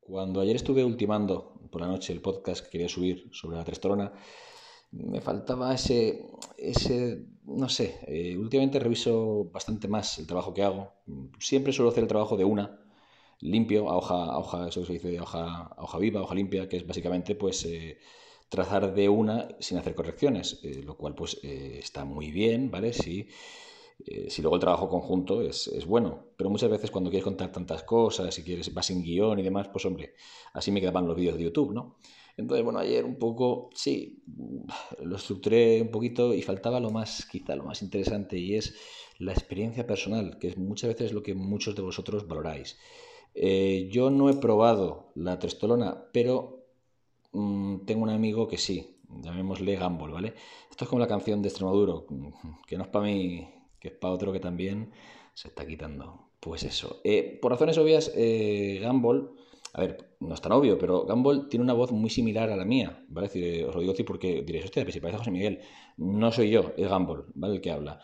Cuando ayer estuve ultimando por la noche el podcast que quería subir sobre la testosterona, me faltaba no sé, últimamente reviso bastante más el trabajo que hago. Siempre suelo hacer el trabajo de una, limpio, a hoja, eso que se dice, a hoja viva, a hoja limpia, que es básicamente pues trazar de una sin hacer correcciones, lo cual pues está muy bien, ¿vale? Si luego el trabajo conjunto es bueno, pero muchas veces cuando quieres contar tantas cosas, si quieres, vas sin guión y demás, pues hombre, así me quedaban los vídeos de YouTube, ¿no? Entonces, bueno, ayer un poco, sí, lo estructuré un poquito y faltaba lo más, quizá lo más interesante, y es la experiencia personal, que es muchas veces lo que muchos de vosotros valoráis. Yo no he probado la trestolona, pero tengo un amigo que sí, llamémosle Gumball, ¿vale? Esto es como la canción de Extremoduro, que no es para mí, que es para otro que también se está quitando. Pues eso. Por razones obvias, Gumball, a ver, no es tan obvio, pero Gumball tiene una voz muy similar a la mía, ¿vale? Es decir, os lo digo así porque diréis, hostia, pues si parece a José Miguel. No soy yo, es Gumball, ¿vale? El que habla.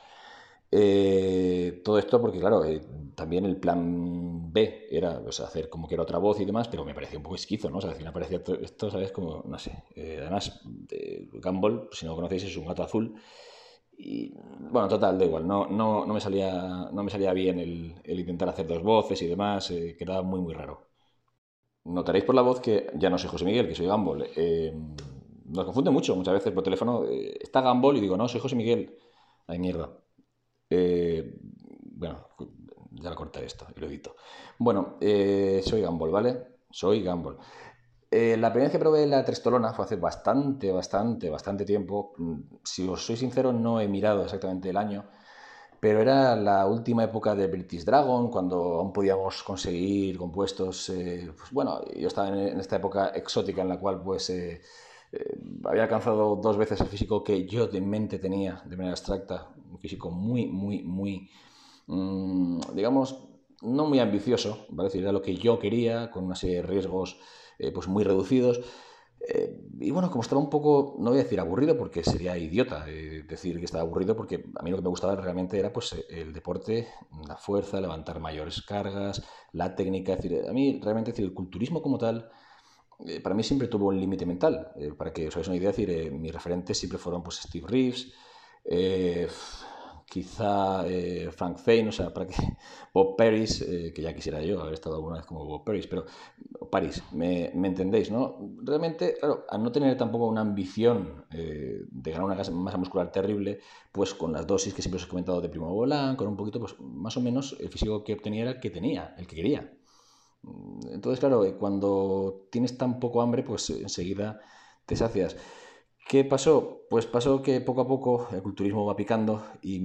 Todo esto porque, claro, también el plan B era pues, hacer como que era otra voz y demás, pero me parecía un poco esquizo, ¿no? O sea, al final parecía esto, ¿sabes? Como, no sé. Además, Gumball, si no lo conocéis, es un gato azul. Y, bueno, total, da igual. No me salía bien el intentar hacer dos voces y demás. Quedaba muy, muy raro. Notaréis por la voz que ya no soy José Miguel, que soy Gumball. Nos confunde mucho muchas veces por teléfono. Está Gumball y digo, no, soy José Miguel. Ay, mierda. Eh, bueno, ya lo cortaré esto y lo edito. Bueno, soy Gumball, ¿vale? Soy Gumball. La primera vez que probé la trestolona fue hace bastante tiempo. Si os soy sincero, no he mirado exactamente el año, pero era la última época de British Dragon, cuando aún podíamos conseguir compuestos. Pues bueno, yo estaba en esta época exótica en la cual pues había alcanzado dos veces el físico que yo de mente tenía de manera abstracta, un físico muy, digamos, no muy ambicioso, ¿vale? Es decir, era lo que yo quería, con una serie de riesgos pues muy reducidos. Y bueno, como estaba un poco, no voy a decir aburrido porque sería idiota decir que estaba aburrido, porque a mí lo que me gustaba realmente era pues el deporte, la fuerza, levantar mayores cargas, la técnica, es decir, a mí realmente es decir, el culturismo como tal, para mí siempre tuvo un límite mental. Para que os hagáis una idea, es decir, mis referentes siempre fueron pues Steve Reeves, eh, quizá Frank Zane, o sea, para que Bob Paris, que ya quisiera yo haber estado alguna vez como Bob Paris, pero Paris, me entendéis, ¿no? Realmente, claro, al no tener tampoco una ambición de ganar una masa muscular terrible, pues con las dosis que siempre os he comentado de Primo Volán, con un poquito, pues más o menos el físico que obtenía era el que tenía, el que quería. Entonces, claro, cuando tienes tan poco hambre, pues enseguida te sacias. ¿Qué pasó? Pues pasó que poco a poco el culturismo va picando y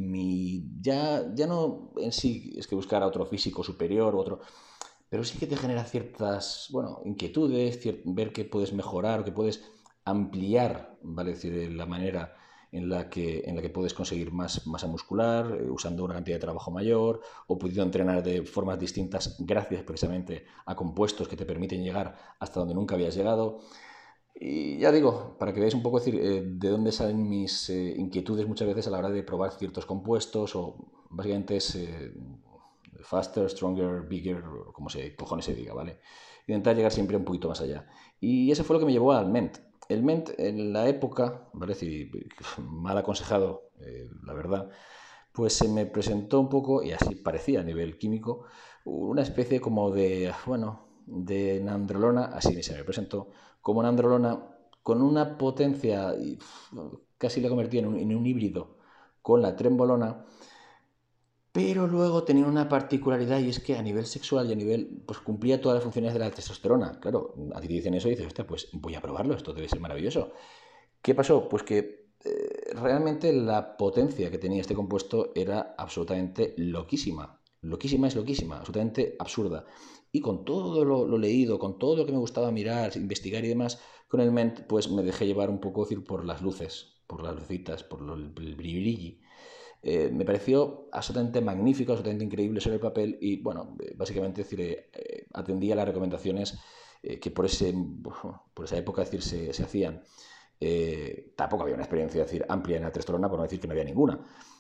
ya no en sí es que buscar a otro físico superior u otro, pero sí que te genera ciertas, bueno, inquietudes, ver que puedes mejorar o que puedes ampliar, ¿vale? Es decir, la manera en la que puedes conseguir más masa muscular, usando una cantidad de trabajo mayor, o pudiendo entrenar de formas distintas gracias precisamente a compuestos que te permiten llegar hasta donde nunca habías llegado. Y ya digo, para que veáis un poco decir, de dónde salen mis inquietudes muchas veces a la hora de probar ciertos compuestos, o básicamente es faster, stronger, bigger, o como se cojones se diga, ¿vale? Intentar llegar siempre un poquito más allá. Y eso fue lo que me llevó al MENT. El MENT en la época, ¿vale? Es decir, mal aconsejado, la verdad, pues se me presentó un poco, y así parecía a nivel químico, una especie como de, bueno, de nandrolona, así se me presentó, como nandrolona con una potencia, casi la convertí en un híbrido con la trembolona, pero luego tenía una particularidad, y es que a nivel sexual y a nivel, pues cumplía todas las funciones de la testosterona. Claro, a ti te dicen eso y dices, hostia, pues voy a probarlo, esto debe ser maravilloso. ¿Qué pasó? Pues que realmente la potencia que tenía este compuesto era absolutamente loquísima. Loquísima es loquísima, absolutamente absurda. Y con todo lo leído, con todo lo que me gustaba mirar, investigar y demás, con el MENT, pues me dejé llevar un poco decir, por las luces, por las lucitas, por el brilli. Me pareció absolutamente magnífico, absolutamente increíble sobre el papel y, bueno, básicamente decir, atendía las recomendaciones que por esa época decir, se hacían. Tampoco había una experiencia decir, amplia en la testosterona, por no decir que no había ninguna.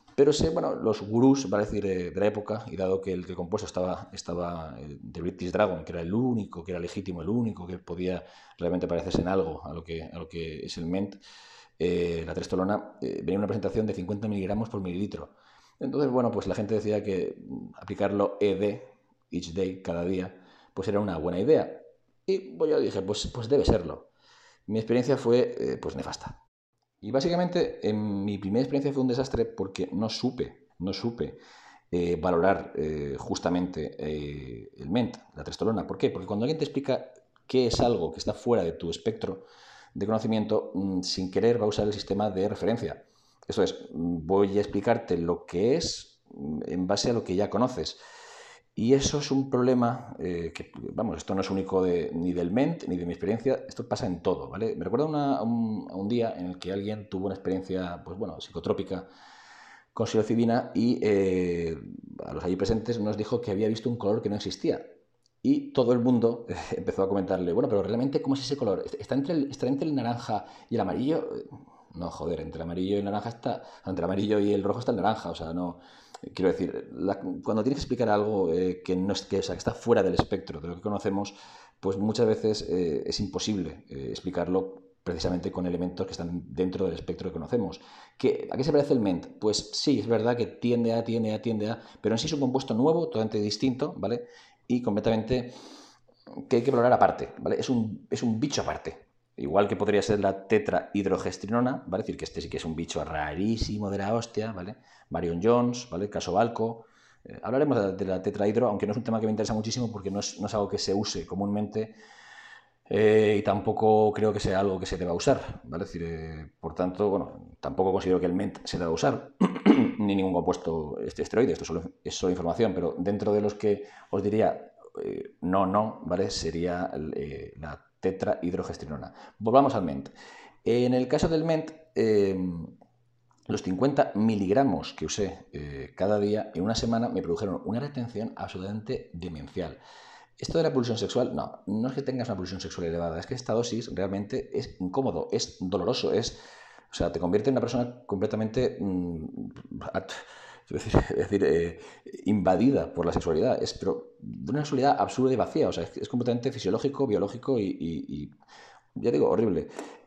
Pero sé, bueno, los gurús, vale decir, de la época, y dado que el compuesto estaba de British Dragon, que era el único, que era legítimo, el único que podía realmente parecerse en algo a lo que es el Ment, la trestolona, venía una presentación de 50 miligramos por mililitro. Entonces, bueno, pues la gente decía que aplicarlo ED, each day, cada día, pues era una buena idea. Y pues yo dije, pues debe serlo. Mi experiencia fue pues nefasta. Y básicamente mi primera experiencia fue un desastre porque no supe valorar justamente el MENT, la trestolona. ¿Por qué? Porque cuando alguien te explica qué es algo que está fuera de tu espectro de conocimiento, sin querer va a usar el sistema de referencia. Eso es, voy a explicarte lo que es en base a lo que ya conoces. Y eso es un problema que, vamos, esto no es único ni del MENT ni de mi experiencia, esto pasa en todo, ¿vale? Me recuerdo a un día en el que alguien tuvo una experiencia, pues bueno, psicotrópica con psilocibina y a los allí presentes nos dijo que había visto un color que no existía. Y todo el mundo empezó a comentarle, bueno, pero realmente, ¿cómo es ese color? ¿Está entre el naranja y el amarillo? No, joder, entre el amarillo y el naranja está, entre el amarillo y el rojo está el naranja, o sea, no. Quiero decir, cuando tienes que explicar algo que no es o sea, que está fuera del espectro de lo que conocemos, pues muchas veces es imposible explicarlo precisamente con elementos que están dentro del espectro que conocemos. ¿A qué se parece el MENT? Pues sí, es verdad que tiende a, pero en sí es un compuesto nuevo, totalmente distinto, ¿vale? Y completamente que hay que valorar aparte, ¿vale? Es un bicho aparte. Igual que podría ser la tetrahidrogestrinona, ¿vale? Es decir, que este sí que es un bicho rarísimo de la hostia, ¿vale? Marion Jones, ¿vale? Caso Balco. Hablaremos de la tetrahidro, aunque no es un tema que me interesa muchísimo porque no es algo que se use comúnmente y tampoco creo que sea algo que se deba usar, ¿vale? Es decir, por tanto, bueno, tampoco considero que el MENT se deba usar, ni ningún compuesto esteroide, esto es solo información, pero dentro de los que os diría no, ¿vale? Sería la tetrahidrogestrinona. Volvamos al MENT. En el caso del MENT, los 50 miligramos que usé cada día en una semana me produjeron una retención absolutamente demencial. Esto de la pulsión sexual, no es que tengas una pulsión sexual elevada, es que esta dosis realmente es incómodo, es doloroso, o sea, te convierte en una persona completamente invadida por la sexualidad, pero de una sexualidad absurda y vacía, o sea, es completamente fisiológico, biológico y ya digo, horrible.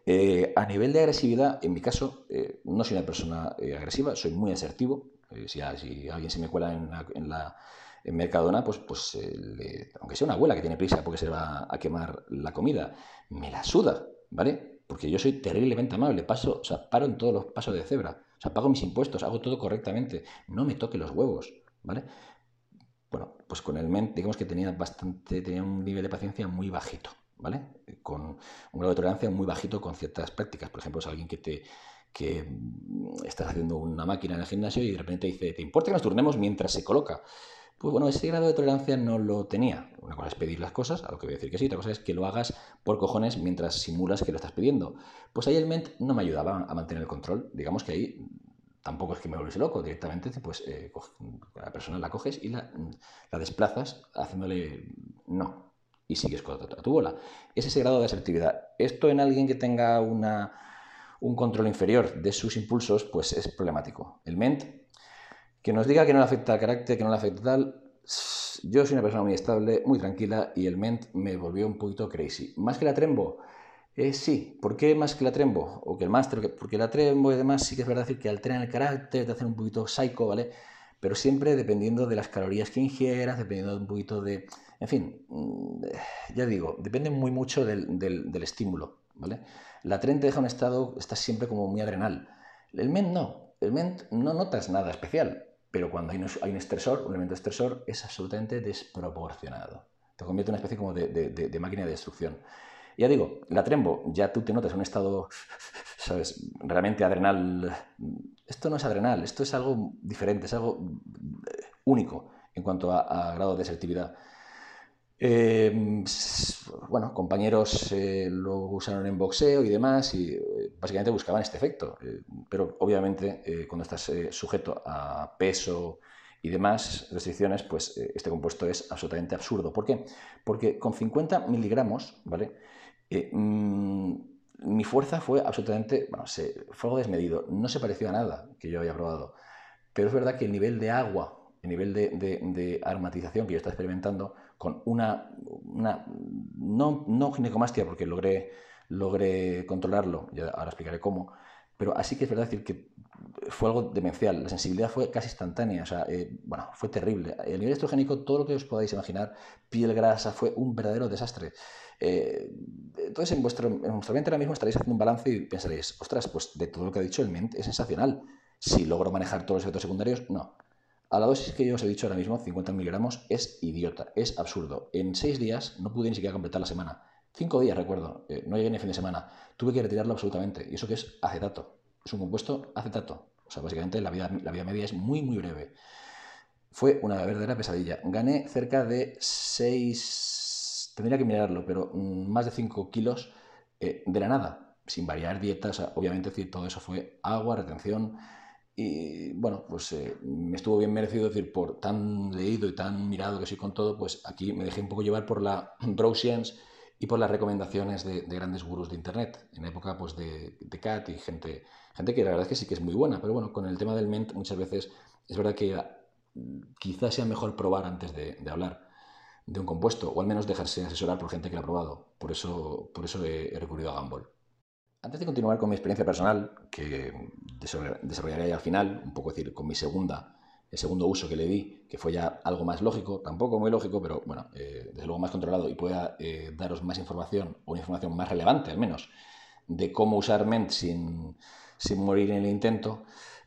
A nivel de agresividad, en mi caso, no soy una persona agresiva, soy muy asertivo. Si alguien se me cuela en Mercadona, aunque sea una abuela que tiene prisa porque se va a quemar la comida, me la suda, ¿vale? Porque yo soy terriblemente amable, o sea, paro en todos los pasos de cebra, o sea, pago mis impuestos, hago todo correctamente, no me toque los huevos, ¿vale? Bueno, pues con el MENT, digamos que tenía un nivel de paciencia muy bajito, ¿vale? Con un grado de tolerancia muy bajito con ciertas prácticas. Por ejemplo, es alguien que estás haciendo una máquina en el gimnasio y de repente dice, ¿te importa que nos turnemos mientras se coloca? Pues bueno, ese grado de tolerancia no lo tenía. Una cosa es pedir las cosas, a lo que voy a decir que sí, otra cosa es que lo hagas por cojones mientras simulas que lo estás pidiendo. Pues ahí el MENT no me ayudaba a mantener el control. Digamos que ahí tampoco es que me volviese loco, directamente pues a la persona la coges y la desplazas haciéndole no y sigues con tu bola. Es ese grado de asertividad. Esto en alguien que tenga un control inferior de sus impulsos, pues es problemático. El MENT, que nos diga que no le afecta al carácter, que no le afecta tal, yo soy una persona muy estable, muy tranquila y el MENT me volvió un poquito crazy. Más que la Trembo, sí, ¿por qué más que la Trembo? O que el Máster, porque la Trembo y demás sí que es verdad decir que alteran el carácter, te hacen un poquito psycho, ¿vale? Pero siempre dependiendo de las calorías que ingieras, dependiendo de un poquito de... En fin, ya digo, depende muy mucho del estímulo, ¿vale? La Tren te deja un estado, estás siempre como muy adrenal. El MENT no, el MENT no notas nada especial, pero cuando hay un estresor, un elemento estresor, es absolutamente desproporcionado. Te convierte en una especie como de máquina de destrucción. Ya digo, la Trembo, ya tú te notas en un estado, ¿sabes? Realmente adrenal. Esto no es adrenal, esto es algo diferente, es algo único en cuanto a grado de asertividad. Bueno, compañeros lo usaron en boxeo y demás y básicamente buscaban este efecto. Pero obviamente cuando estás sujeto a peso y demás restricciones, pues este compuesto es absolutamente absurdo. ¿Por qué? Porque con 50 miligramos, ¿vale? Mi fuerza fue absolutamente, bueno, fue algo desmedido, no se pareció a nada que yo había probado. pero es verdad que el nivel de agua, el nivel de aromatización que yo estaba experimentando con no ginecomastia, porque logré controlarlo, y ahora explicaré cómo, pero así que es verdad decir que fue algo demencial, la sensibilidad fue casi instantánea, o sea, bueno, fue terrible. El nivel estrogénico, todo lo que os podáis imaginar, piel grasa, fue un verdadero desastre. Entonces, en vuestra mente ahora mismo estaréis haciendo un balance y pensaréis, ostras, pues de todo lo que ha dicho el mente es sensacional. Si logro manejar todos los efectos secundarios, no. A la dosis que yo os he dicho ahora mismo, 50 miligramos, es idiota, es absurdo. En 6 días no pude ni siquiera completar la semana. 5 días, recuerdo, no llegué ni a fin de semana. Tuve que retirarlo absolutamente. ¿Y eso qué es? Acetato. Es un compuesto acetato. O sea, básicamente la vida media es muy, muy breve. Fue una verdadera pesadilla. Gané cerca de 6, tendría que mirarlo, pero más de 5 kilos de la nada, sin variar dietas. O sea, obviamente, decir, todo eso fue agua, retención. Y bueno, pues me estuvo bien merecido, decir, por tan leído y tan mirado que soy con todo, pues aquí me dejé un poco llevar por la browscience y por las recomendaciones de grandes gurús de internet, en la época pues de Cat y gente que la verdad es que sí que es muy buena, pero bueno, con el tema del ment muchas veces es verdad que quizás sea mejor probar antes de hablar de un compuesto, o al menos dejarse asesorar por gente que lo ha probado. Por eso he recurrido a Gumball. Antes de continuar con mi experiencia personal, que desarrollaré ahí al final, un poco decir, con el segundo uso que le di, que fue ya algo más lógico, tampoco muy lógico, pero bueno, desde luego más controlado y pueda daros más información, o una información más relevante al menos, de cómo usar Ment sin morir en el intento,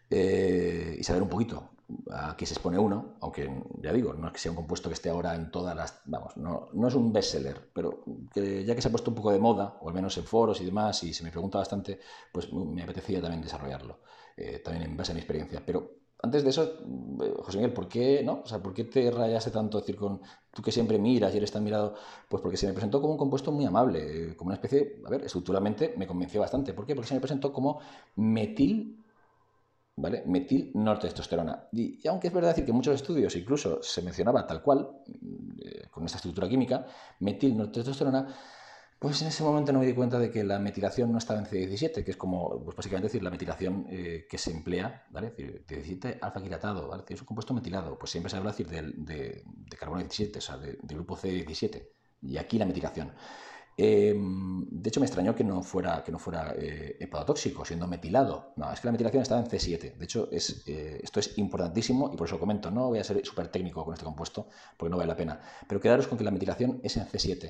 y saber un poquito a qué se expone uno, aunque ya digo, no es que sea un compuesto que esté ahora en todas las... Vamos, no es un bestseller, pero que ya que se ha puesto un poco de moda, o al menos en foros y demás, y se me pregunta bastante, pues me apetecía también desarrollarlo, también en base a mi experiencia. Pero antes de eso, José Miguel, ¿por qué no? O sea, ¿por qué te rayaste tanto? Es decir, con tú que siempre miras y eres tan mirado, pues porque se me presentó como un compuesto muy amable, como una especie, a ver, estructuralmente me convenció bastante. ¿Por qué? Porque se me presentó como metil, ¿vale? Metil nortestosterona. Y aunque es verdad decir que en muchos estudios incluso se mencionaba tal cual, con esta estructura química, metil nortestosterona, pues en ese momento no me di cuenta de que la metilación no estaba en C17, que es como, pues básicamente decir, la metilación que se emplea, ¿vale? Es decir, 17 alfa quilatado, ¿vale? Es un compuesto metilado, pues siempre se habla decir, de carbono 17, o sea, de grupo C17, y aquí la metilación. De hecho, me extrañó que no fuera hepatotóxico, siendo metilado. No, es que la metilación estaba en C7. De hecho, esto es importantísimo y por eso comento, no voy a ser súper técnico con este compuesto porque no vale la pena. Pero quedaros con que la metilación es en C7.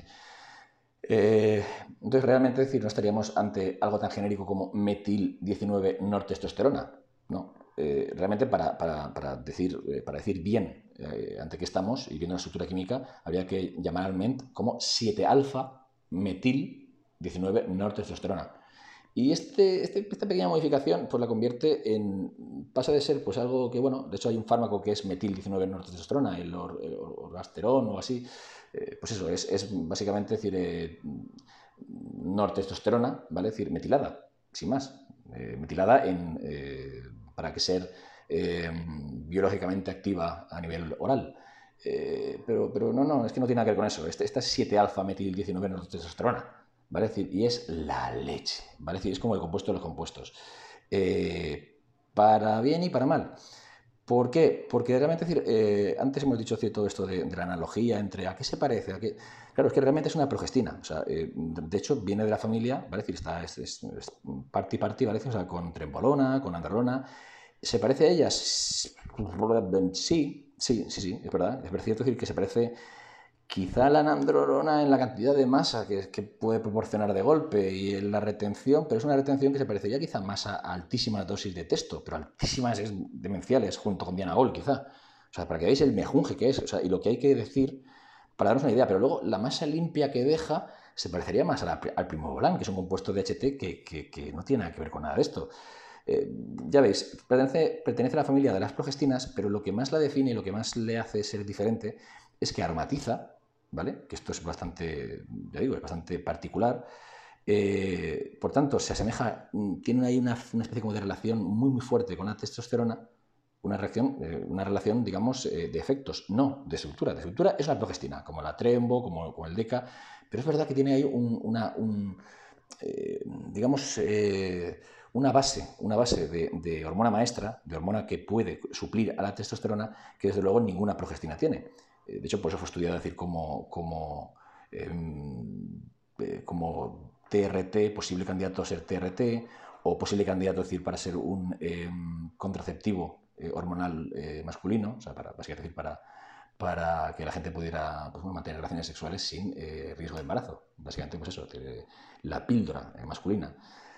Entonces, realmente decir, no estaríamos ante algo tan genérico como metil 19 nortestosterona. No. Realmente para decir bien ante qué estamos y viendo la estructura química, habría que llamar al MENT como 7-alfa metil 19 nortestosterona. Y esta pequeña modificación pues la convierte pasa de ser pues algo que, bueno, de hecho hay un fármaco que es metil 19 nortestosterona, el orgasterón o así, pues eso, es básicamente decir nortestosterona, ¿vale? Es decir, metilada, sin más. Metilada para que ser biológicamente activa a nivel oral. Pero no, es que no tiene nada que ver con eso. Esta es 7-alfa metil 19 nortestosterona, ¿vale? Es decir, y es la leche, ¿vale? Es decir, es como el compuesto de los compuestos. Para bien y para mal. ¿Por qué? Porque realmente, es decir, antes hemos dicho todo esto de la analogía entre a qué se parece, a qué... Claro, es que realmente es una progestina. O sea, de hecho, viene de la familia, ¿vale? Es decir, es party, ¿vale? O sea, con trembolona, con androlona. ¿Se parece a ellas? Sí, es verdad. Es cierto decir que se parece quizá la nandrolona en la cantidad de masa que puede proporcionar de golpe y en la retención, pero es una retención que se parecería quizá más a altísimas dosis de testo, pero altísimas demenciales junto con Dianagol quizá. O sea, para que veáis el mejunje que es, o sea, y lo que hay que decir para darnos una idea, pero luego la masa limpia que deja se parecería más al primobolan, que es un compuesto de HT que no tiene nada que ver con nada de esto. Ya veis, pertenece a la familia de las progestinas, pero lo que más la define y lo que más le hace ser diferente es que aromatiza, ¿vale? Que esto es bastante, ya digo, es bastante particular. Por tanto, se asemeja, tiene ahí una especie como de relación muy, muy fuerte con la testosterona, una relación, digamos, de efectos, no de estructura. De estructura es una progestina, como la Trembo, como el DECA, pero es verdad que tiene ahí digamos, una base de hormona maestra, de hormona que puede suplir a la testosterona, que desde luego ninguna progestina tiene. De hecho, por eso fue estudiado decir como TRT, posible candidato a ser TRT, o posible candidato decir, para ser un contraceptivo hormonal masculino, o sea, básicamente decir, para que la gente pudiera pues, mantener relaciones sexuales sin riesgo de embarazo. Básicamente, pues eso, la píldora masculina.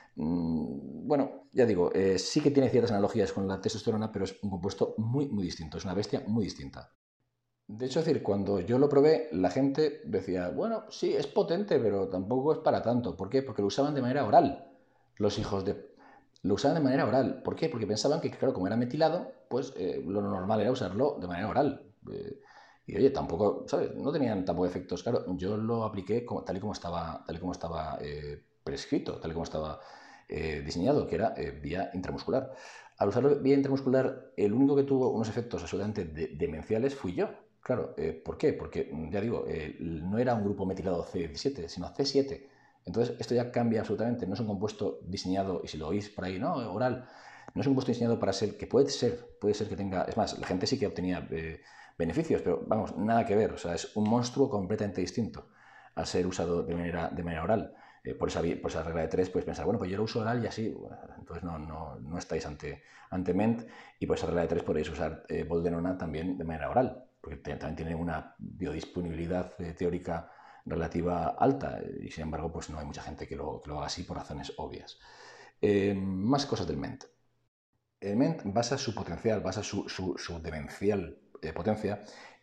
Bueno, ya digo, sí que tiene ciertas analogías con la testosterona, pero es un compuesto muy, muy distinto, es una bestia muy distinta. De hecho, es decir, cuando yo lo probé, la gente decía, bueno, sí, es potente, pero tampoco es para tanto. ¿Por qué? Porque lo usaban de manera oral. Los hijos de... Lo usaban de manera oral. ¿Por qué? Porque pensaban que, claro, como era metilado, pues lo normal era usarlo de manera oral. Y oye, tampoco, ¿sabes? No tenían tampoco efectos. Claro, yo lo apliqué tal y como estaba prescrito, tal y como estaba diseñado, que era vía intramuscular. Al usarlo vía intramuscular, el único que tuvo unos efectos absolutamente demenciales fui yo. Claro, ¿por qué? Porque, ya digo, no era un grupo metilado C17, sino C7. Entonces, esto ya cambia absolutamente. No es un compuesto diseñado, y si lo oís por ahí, no, oral, no es un compuesto diseñado para ser, que puede ser que tenga, es más, la gente sí que obtenía beneficios, pero vamos, nada que ver. O sea, es un monstruo completamente distinto al ser usado de manera oral. Por esa regla de tres, pues pensar, bueno, pues yo lo uso oral y así, bueno, entonces no estáis ante MENT, y por esa regla de tres podéis usar boldenona también de manera oral, porque también tiene una biodisponibilidad teórica relativa alta, y sin embargo pues no hay mucha gente que lo haga así por razones obvias. Más cosas del MENT. El MENT basa su potencial, basa su demencial potencia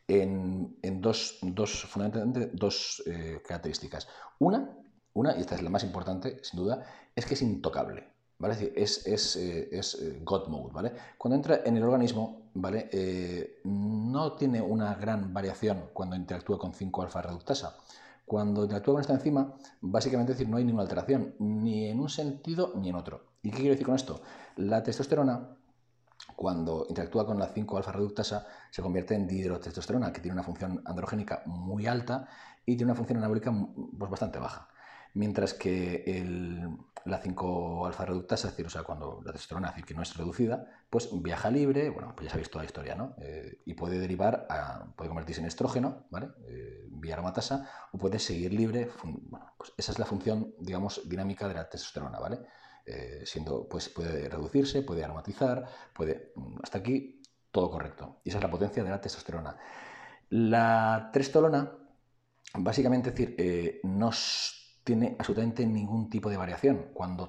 fundamentalmente dos características. Una, y esta es la más importante, sin duda, es que es intocable. ¿Vale? Es decir, es God Mode, ¿vale? Cuando entra en el organismo, ¿vale? No tiene una gran variación cuando interactúa con 5-alfa reductasa. Cuando interactúa con esta enzima, básicamente decir, no hay ninguna alteración, ni en un sentido ni en otro. ¿Y qué quiero decir con esto? La testosterona, cuando interactúa con la 5-alfa reductasa, se convierte en dihidrotestosterona, que tiene una función androgénica muy alta y tiene una función anabólica pues, bastante baja. Mientras que la 5-alfa reductasa, es decir, o sea, cuando la testosterona, es decir, que no es reducida, pues viaja libre, bueno, pues ya sabéis toda la historia, ¿no? Y puede puede convertirse en estrógeno, ¿vale? Vía aromatasa, o puede seguir libre. Bueno, pues esa es la función, digamos, dinámica de la testosterona, ¿vale? Pues puede reducirse, puede aromatizar, hasta aquí todo correcto. Y esa es la potencia de la testosterona. La trestolona, básicamente, es decir, no tiene absolutamente ningún tipo de variación cuando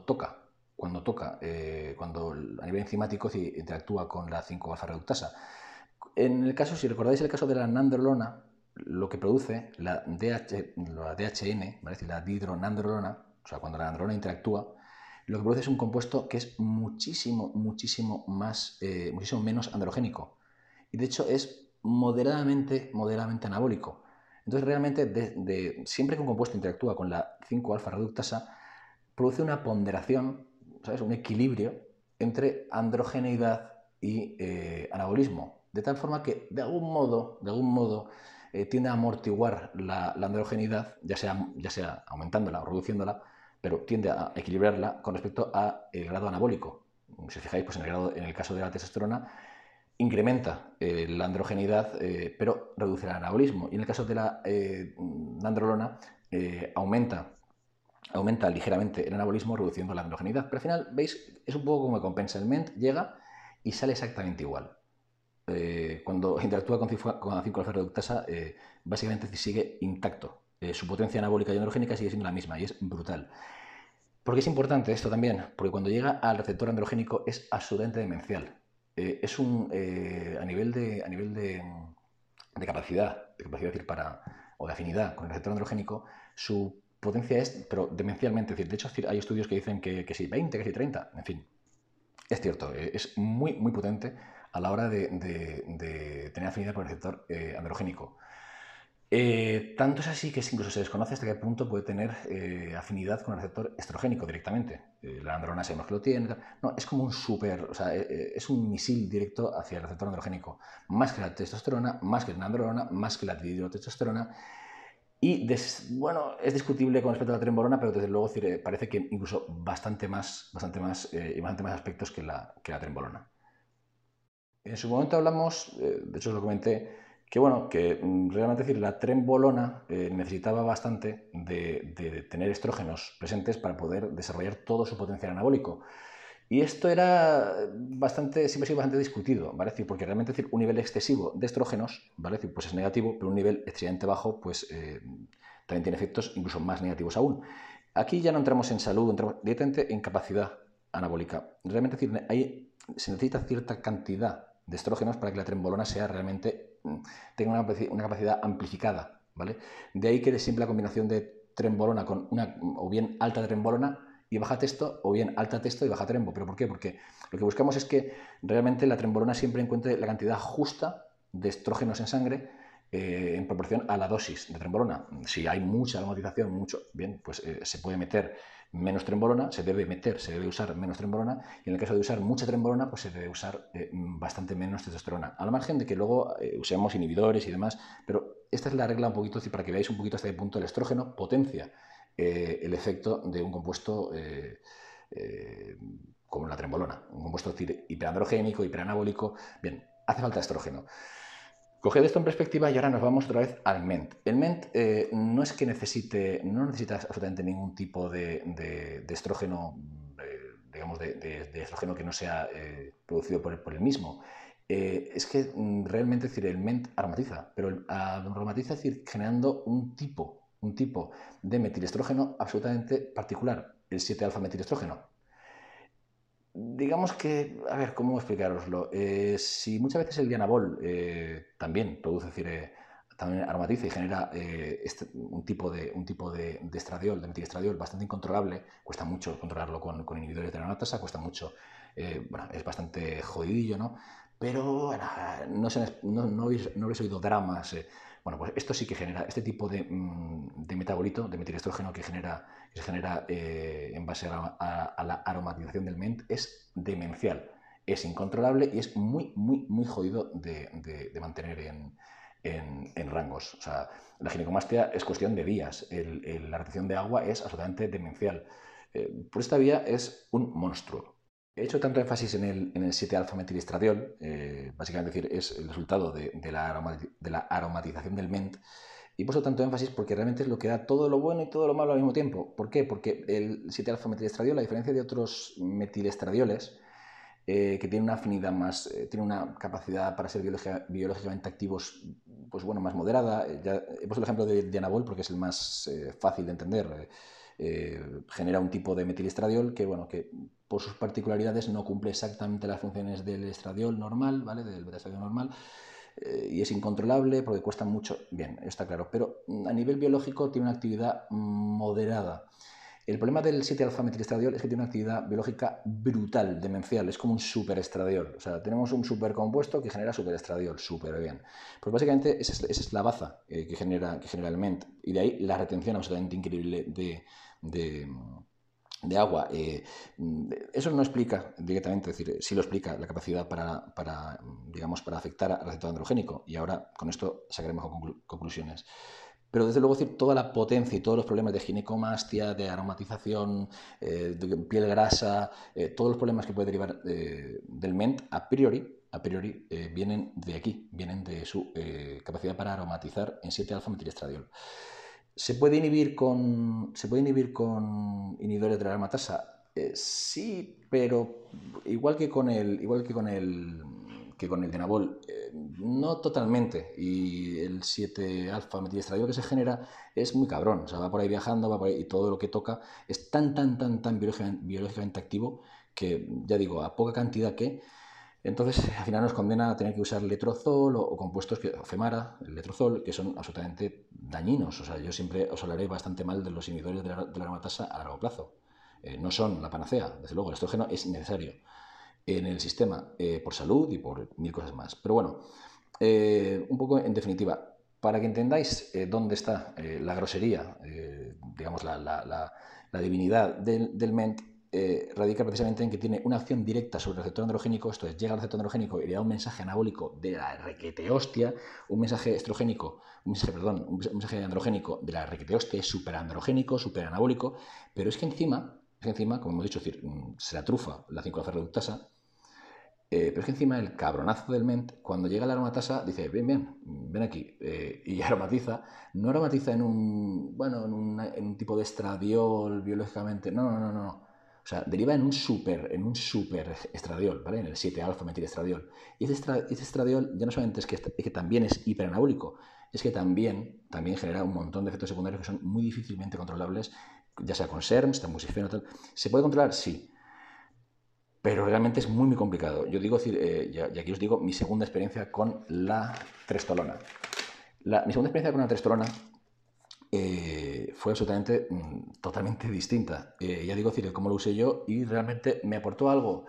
a nivel enzimático interactúa con la 5-alfa reductasa. En el caso, si recordáis el caso de la nandrolona, lo que produce la DHN, ¿vale? Es decir, la dihidronandrolona, o sea, cuando la nandrolona interactúa, lo que produce es un compuesto que es muchísimo menos androgénico. Y de hecho es moderadamente anabólico. Entonces realmente siempre que un compuesto interactúa con la 5-alfa reductasa, produce una ponderación, ¿sabes? Un equilibrio entre androgeneidad y anabolismo. De tal forma que de algún modo tiende a amortiguar la androgeneidad, ya sea aumentándola o reduciéndola, pero tiende a equilibrarla con respecto al grado anabólico. Si os fijáis, pues en el caso de la testosterona, incrementa la androgeneidad, pero reduce el anabolismo. Y en el caso de la nandrolona, aumenta ligeramente el anabolismo reduciendo la androgeneidad. Pero al final, ¿veis? Es un poco como compensa. El MENT llega y sale exactamente igual. Cuando interactúa con la 5-alfa reductasa, básicamente sigue intacto. Su potencia anabólica y androgénica sigue siendo la misma y es brutal. ¿Por qué es importante esto también? Porque cuando llega al receptor androgénico es absolutamente demencial. A nivel de capacidad, decir, o de afinidad con el receptor androgénico, su potencia es, pero demencialmente. Es decir, de hecho, hay estudios que dicen que sí, 20, que sí, 30, en fin. Es cierto, es muy, muy potente a la hora de tener afinidad con el receptor androgénico. Tanto es así que incluso se desconoce hasta qué punto puede tener afinidad con el receptor estrogénico directamente. La androlona sabemos que lo tiene. No, es como es un misil directo hacia el receptor androgénico. Más que la testosterona, más que la androlona, más que la dihidrotestosterona. Bueno, es discutible con respecto a la trenbolona, pero desde luego parece que incluso bastante más y bastante más aspectos que la trenbolona. En su momento hablamos, de hecho os lo comenté, que bueno, que realmente la trenbolona necesitaba bastante de tener estrógenos presentes para poder desarrollar todo su potencial anabólico. Y esto era siempre ha sido bastante discutido, ¿vale? Porque realmente un nivel excesivo de estrógenos, ¿vale? Pues es negativo, pero un nivel excesivamente bajo, pues también tiene efectos incluso más negativos aún. Aquí ya no entramos en salud, entramos directamente en capacidad anabólica. Realmente se necesita cierta cantidad de estrógenos para que la trenbolona sea realmente tenga una capacidad amplificada, ¿vale? De ahí que siempre la combinación de trenbolona con o bien alta trenbolona y baja testo, o bien alta testo y baja trembo. ¿Pero por qué? Porque lo que buscamos es que realmente la trenbolona siempre encuentre la cantidad justa de estrógenos en sangre en proporción a la dosis de trenbolona. Si hay mucha aromatización, bien, pues se puede meter menos trenbolona, se debe usar menos trenbolona, y en el caso de usar mucha trenbolona, pues se debe usar bastante menos testosterona. Al margen de que luego usemos inhibidores y demás, pero esta es la regla un poquito, para que veáis un poquito hasta qué punto el estrógeno potencia el efecto de un compuesto como la trenbolona, un compuesto hiperandrogénico, hiperanabólico. Bien, hace falta estrógeno. Coged esto en perspectiva y ahora nos vamos otra vez al MENT. El MENT no es que no necesita absolutamente ningún tipo de estrógeno, digamos, de estrógeno que no sea producido por el mismo. Es que realmente el MENT aromatiza, pero aromatiza generando un tipo de metilestrógeno absolutamente particular, el 7-alfa-metilestrógeno. Digamos que, a ver, ¿cómo explicaroslo? Si muchas veces el dianabol también produce, también aromatiza y genera un tipo de estradiol, de metilestradiol bastante incontrolable, cuesta mucho controlarlo con inhibidores de la aromatasa, cuesta mucho, bueno, es bastante jodidillo, ¿no? Pero bueno, no habéis oído dramas. Bueno, pues esto sí que genera este tipo de metabolito, de metilestrógeno que se genera en base a la aromatización del MENT, es demencial, es incontrolable y es muy, muy, muy jodido de mantener en rangos. O sea, la ginecomastia es cuestión de días, la retención de agua es absolutamente demencial. Por esta vía es un monstruo. He hecho tanto énfasis en el 7-alfa-metilistradiol, básicamente es el resultado de la aromatización del MENT, y he puesto tanto énfasis porque realmente es lo que da todo lo bueno y todo lo malo al mismo tiempo. ¿Por qué? Porque el 7-alfa-metilistradiol, a diferencia de otros metilestradioles, que tienen una afinidad más, tiene una capacidad para ser biológicamente activos, pues bueno, más moderada. Ya he puesto el ejemplo de Dianabol porque es el más fácil de entender. Genera un tipo de metilistradiol que, bueno, que por sus particularidades no cumple exactamente las funciones del estradiol normal, ¿vale? Del beta-estradiol normal, y es incontrolable porque cuesta mucho. Bien, está claro, pero a nivel biológico tiene una actividad moderada. El problema del 7-alfa-metilistradiol es que tiene una actividad biológica brutal, demencial, es como un superestradiol. O sea, tenemos un supercompuesto que genera superestradiol, súper bien. Pues básicamente esa es la baza que genera el MENT, y de ahí la retención absolutamente increíble de agua. Eso no explica directamente, es decir, sí lo explica la capacidad digamos, para afectar al receptor androgénico, y ahora con esto sacaremos conclusiones. Pero desde luego, toda la potencia y todos los problemas de ginecomastia, de aromatización, de piel grasa, todos los problemas que puede derivar del MENT, a priori vienen de aquí, vienen de su capacidad para aromatizar en 7-alfa-metilistradiol. ¿Se puede inhibir con inhibidores de la aromatasa? Sí, pero igual que con el Dianabol, no totalmente. Y el 7-alfa-metilistradiol que se genera es muy cabrón. O sea, va por ahí viajando, va por ahí, y todo lo que toca es tan biológicamente activo que, ya digo, a poca cantidad entonces, al final nos condena a tener que usar letrozol o compuestos femara, el letrozol, que son absolutamente dañinos. O sea, yo siempre os hablaré bastante mal de los inhibidores de la aromatasa a largo plazo. No son la panacea, desde luego. El estrógeno es necesario en el sistema por salud y por mil cosas más. Pero bueno, un poco en definitiva, para que entendáis dónde está la grosería, digamos, la divinidad del MENT, radica precisamente en que tiene una acción directa sobre el receptor androgénico. Esto es, llega al receptor androgénico y le da un mensaje anabólico de la requete hostia, un mensaje estrogénico, un mensaje androgénico de la requete hostia, súper androgénico, súper anabólico, pero es que encima, como hemos dicho, es decir, se la trufa la 5-alfa-reductasa. Pero es que encima el cabronazo del ment, cuando llega la aromatasa, dice, ven aquí, y aromatiza. No aromatiza en un tipo de estradiol biológicamente, no. O sea, deriva en un super estradiol, ¿vale? En el 7-alfa-metilestradiol. Y ese estradiol ya no solamente es que también es hiperanabólico, es que también genera un montón de efectos secundarios que son muy difícilmente controlables, ya sea con SERMs, tamoxifeno, tal. ¿Se puede controlar? Sí. Pero realmente es muy complicado. Yo digo, y aquí os digo mi segunda experiencia con la trestolona. Mi segunda experiencia con la trestolona fue absolutamente, totalmente distinta. Ya digo, cómo lo usé yo y realmente me aportó algo.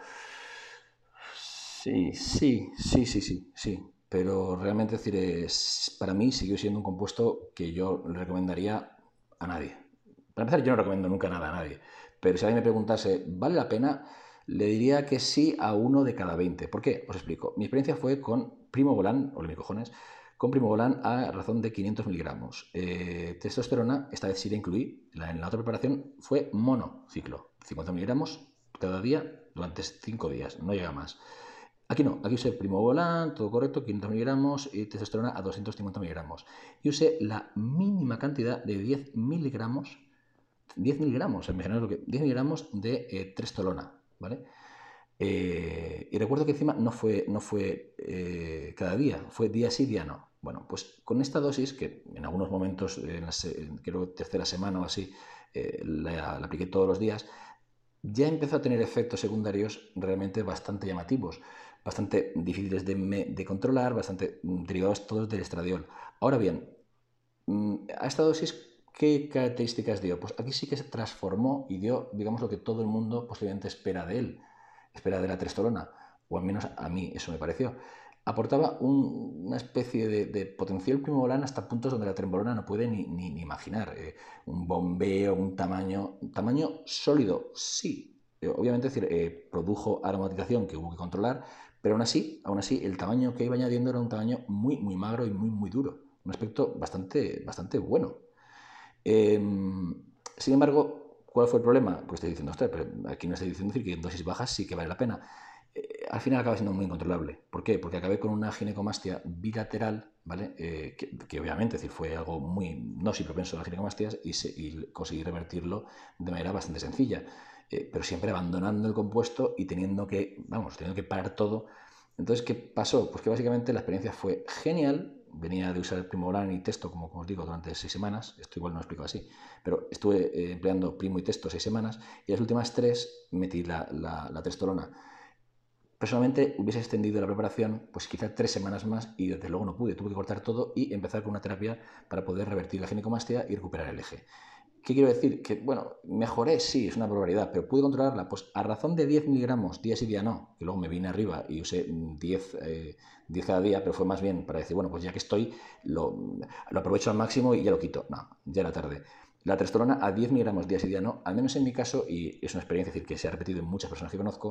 Sí. Pero realmente, para mí siguió siendo un compuesto que yo le recomendaría a nadie. Para empezar, yo no recomiendo nunca nada a nadie. Pero si alguien me preguntase, ¿vale la pena? Le diría que sí a 1 de cada 20. ¿Por qué? Os explico. Mi experiencia fue con Primobolan, o mis cojones, con Primobolan a razón de 500 miligramos. Testosterona, esta vez sí la incluí. En la otra preparación fue monociclo. 50 miligramos cada día durante 5 días. No llega más. Aquí no, aquí usé Primobolan, todo correcto, 500 miligramos y testosterona a 250 miligramos. Y usé la mínima cantidad de 10 miligramos, imaginaos lo que, 10 miligramos de trestolona, ¿vale? Y recuerdo que encima no fue cada día, fue día sí, día no. Bueno, pues con esta dosis, que en algunos momentos, creo tercera semana o así, la apliqué todos los días, ya empezó a tener efectos secundarios realmente bastante llamativos, bastante difíciles de controlar, bastante derivados todos del estradiol. Ahora bien, a esta dosis, ¿qué características dio? Pues aquí sí que se transformó y dio, digamos, lo que todo el mundo posiblemente espera de él, espera de la trestolona, o al menos a mí eso me pareció. Aportaba una especie de potencial primobolan hasta puntos donde la trembolona no puede ni imaginar. Un bombeo, un tamaño sólido, sí. Obviamente, produjo aromatización que hubo que controlar, pero aún así, el tamaño que iba añadiendo era un tamaño muy magro y muy duro. Un aspecto bastante bueno. Sin embargo, ¿cuál fue el problema? Pues estoy diciendo, ostras, pero aquí no estoy diciendo que en dosis bajas sí que vale la pena. Al final acaba siendo muy incontrolable. ¿Por qué? Porque acabé con una ginecomastia bilateral, ¿vale? Que obviamente fue algo no soy propenso a las ginecomastias y conseguí revertirlo de manera bastante sencilla. Pero siempre abandonando el compuesto y teniendo que parar todo. Entonces, ¿qué pasó? Pues que básicamente la experiencia fue genial. Venía de usar el Primobolan y Testo, como os digo, durante 6 semanas. Esto igual no lo explico así. Pero estuve empleando Primo y Testo 6 semanas y las últimas 3 metí la Testolona. Personalmente hubiese extendido la preparación pues quizá 3 semanas más y desde luego no pude. Tuve que cortar todo y empezar con una terapia para poder revertir la ginecomastia y recuperar el eje. ¿Qué quiero decir? Que, bueno, mejoré, sí, es una barbaridad, pero pude controlarla, pues a razón de 10 miligramos, día sí, día no, que luego me vine arriba y usé 10 cada día, pero fue más bien para decir, bueno, pues ya que estoy, lo aprovecho al máximo y ya lo quito. No, ya era tarde. La trestolona a 10 miligramos día sí, día no, al menos en mi caso, y es una experiencia decir, que se ha repetido en muchas personas que conozco,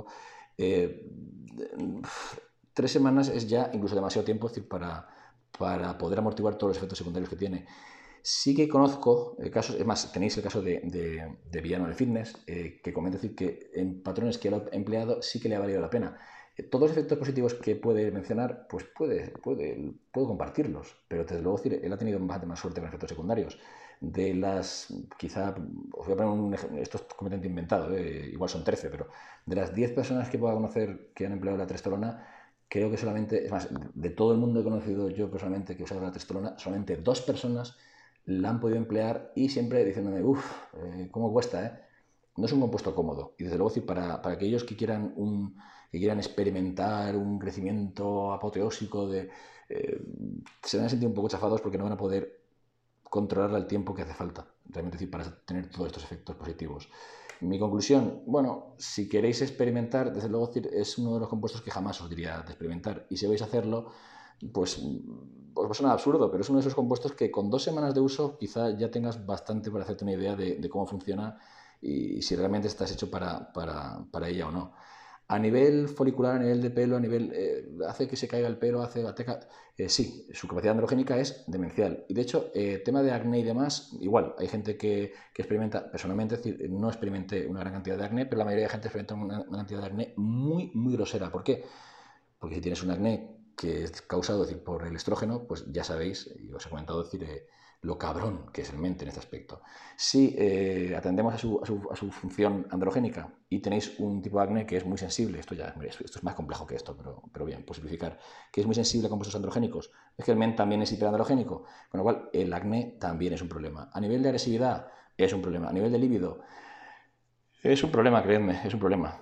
3 semanas es ya incluso demasiado tiempo, es decir, para poder amortiguar todos los efectos secundarios que tiene. Sí que conozco casos, es más, tenéis el caso de Villano del Fitness, que comenta decir que en patrones que él ha empleado sí que le ha valido la pena. Todos los efectos positivos que puede mencionar, pues puedo compartirlos, pero desde luego él ha tenido bastante más suerte con efectos secundarios. Quizá, os voy a poner un ejemplo, esto es completamente inventado, igual son 13, pero de las 10 personas que pueda conocer que han empleado la trestolona, creo que solamente, es más, de todo el mundo he conocido yo personalmente que he usado la trestolona, solamente 2 personas la han podido emplear y siempre diciéndome, cómo cuesta, ¿eh? No es un compuesto cómodo. Y desde luego, para aquellos que quieran experimentar un crecimiento apoteósico, se van a sentir un poco chafados porque no van a poder controlarla el tiempo que hace falta, realmente, para tener todos estos efectos positivos. Mi conclusión, bueno, si queréis experimentar, desde luego es uno de los compuestos que jamás os diría de experimentar. Y si vais a hacerlo, pues os va a sonar absurdo, pero es uno de esos compuestos que con 2 semanas de uso quizá ya tengas bastante para hacerte una idea de cómo funciona y si realmente estás hecho para ella o no. A nivel folicular, a nivel de pelo, a nivel... ¿hace que se caiga el pelo? Sí, su capacidad androgénica es demencial. Y de hecho, tema de acné y demás, igual, hay gente que experimenta, personalmente, es decir, no experimenté una gran cantidad de acné, pero la mayoría de gente experimenta una cantidad de acné muy, muy grosera. ¿Por qué? Porque si tienes un acné que es causado, decir, por el estrógeno, pues ya sabéis, y os he comentado, decir, lo cabrón que es el mente en este aspecto. Si atendemos a su función androgénica y tenéis un tipo de acné que es muy sensible, esto es más complejo que esto, pero bien, por simplificar, que es muy sensible a compuestos androgénicos, es que el men también es hiperandrogénico, con lo cual el acné también es un problema. A nivel de agresividad es un problema, a nivel de líbido es un problema, creedme, es un problema.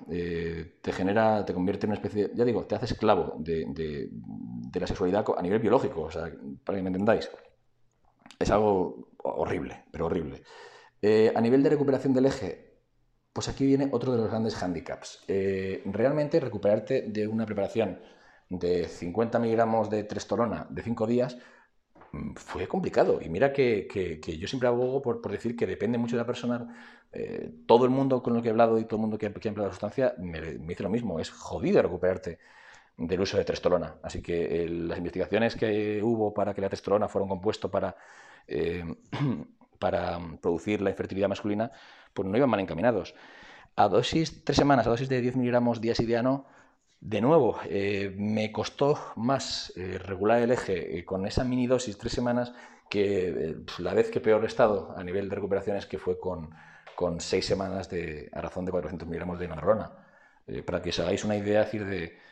Te convierte en una especie, ya digo, te hace esclavo de la sexualidad a nivel biológico, o sea, para que me entendáis. Es algo horrible, pero horrible. A nivel de recuperación del eje, pues aquí viene otro de los grandes handicaps. Realmente recuperarte de una preparación de 50 miligramos de trestolona de 5 días fue complicado. Y mira que yo siempre abogo por decir que depende mucho de la persona. Todo el mundo con el que he hablado y todo el mundo que ha empleado la sustancia me dice lo mismo. Es jodido recuperarte del uso de trestolona. Así que las investigaciones que hubo para que la trestolona fuera un compuesto eh, para producir la infertilidad masculina, pues no iban mal encaminados. A dosis 3 semanas, a dosis de 10 miligramos día sí día no, de nuevo, me costó más regular el eje con esa mini dosis 3 semanas que la vez que peor he estado a nivel de recuperaciones, que fue con 6 semanas a razón de 400 miligramos de nandrolona. Para que os hagáis una idea, decir,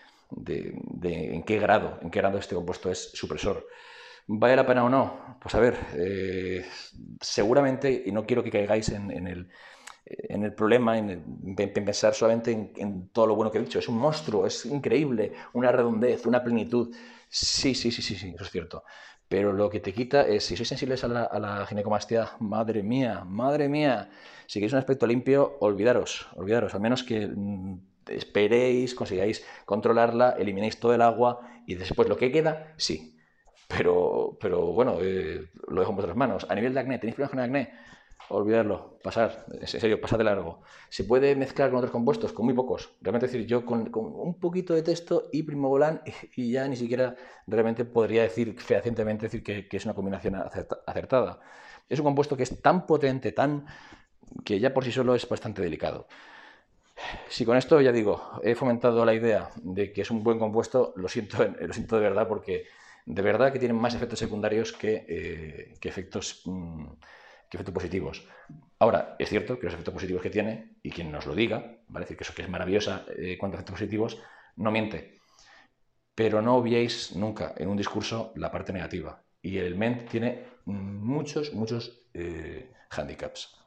de en qué grado este compuesto es supresor. ¿Vale la pena o no? Pues a ver, seguramente, y no quiero que caigáis en el problema, en pensar solamente en todo lo bueno que he dicho. Es un monstruo, es increíble, una redondez, una plenitud. Sí, sí, sí, sí, sí, eso es cierto. Pero lo que te quita es, si sois sensibles a la ginecomastia, madre mía, si queréis un aspecto limpio, olvidaros, al menos que esperéis, consigáis controlarla, eliminéis todo el agua y después lo que queda, sí. Pero bueno, lo dejo en vuestras manos. A nivel de acné, ¿tenéis problemas con el acné? Olvidarlo, pasar, en serio, pasar de largo. ¿Se puede mezclar con otros compuestos? Con muy pocos. Realmente, decir, yo con un poquito de testo y primobolan y ya ni siquiera realmente podría decir fehacientemente decir que es una combinación acertada. Es un compuesto que es tan potente, que ya por sí solo es bastante delicado. Si con esto, ya digo, he fomentado la idea de que es un buen compuesto, lo siento de verdad, porque de verdad que tienen más efectos secundarios que efectos positivos. Ahora, es cierto que los efectos positivos que tiene, y quien nos lo diga, ¿vale? Decir que eso que es maravillosa cuanto a efectos positivos, no miente. Pero no obviéis nunca en un discurso la parte negativa. Y el MENT tiene muchos handicaps.